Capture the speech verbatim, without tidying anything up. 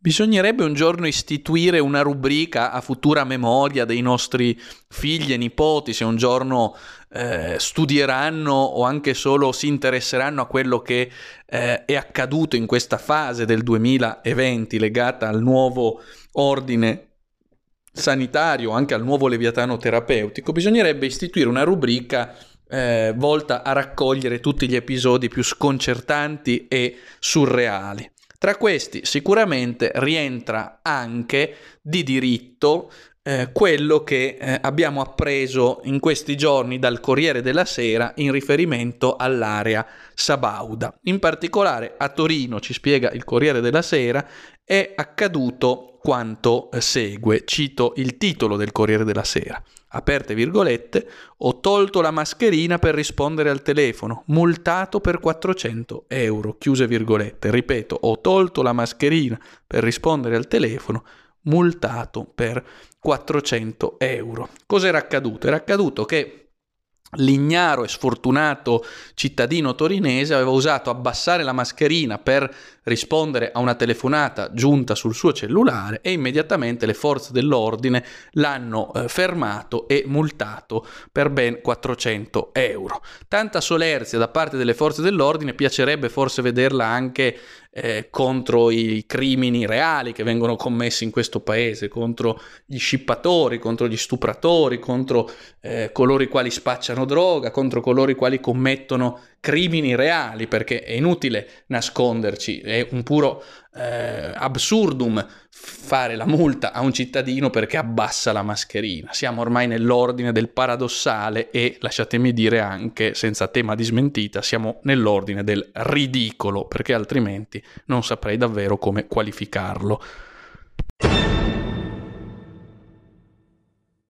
Bisognerebbe un giorno istituire una rubrica a futura memoria dei nostri figli e nipoti, se un giorno eh, studieranno o anche solo si interesseranno a quello che eh, è accaduto in questa fase del duemilaventi legata al nuovo ordine sanitario, anche al nuovo leviatano terapeutico. Bisognerebbe istituire una rubrica eh, volta a raccogliere tutti gli episodi più sconcertanti e surreali. Tra questi sicuramente rientra anche di diritto eh, quello che eh, abbiamo appreso in questi giorni dal Corriere della Sera in riferimento all'area sabauda. In particolare a Torino, ci spiega il Corriere della Sera, è accaduto quanto segue. Cito il titolo del Corriere della Sera. Aperte virgolette, ho tolto la mascherina per rispondere al telefono, multato per quattrocento euro, chiuse virgolette. Ripeto, ho tolto la mascherina per rispondere al telefono, multato per quattrocento euro. Cos'era accaduto? Era accaduto che l'ignaro e sfortunato cittadino torinese aveva usato abbassare la mascherina per rispondere a una telefonata giunta sul suo cellulare e immediatamente le forze dell'ordine l'hanno eh, fermato e multato per ben quattrocento euro. Tanta solerzia da parte delle forze dell'ordine, piacerebbe forse vederla anche eh, contro i crimini reali che vengono commessi in questo paese, contro gli scippatori, contro gli stupratori, contro eh, coloro i quali spacciano droga, contro coloro i quali commettono crimini reali, perché è inutile nasconderci, è un puro eh, absurdum fare la multa a un cittadino perché abbassa la mascherina. Siamo ormai nell'ordine del paradossale e, lasciatemi dire anche, senza tema di smentita, siamo nell'ordine del ridicolo, perché altrimenti non saprei davvero come qualificarlo.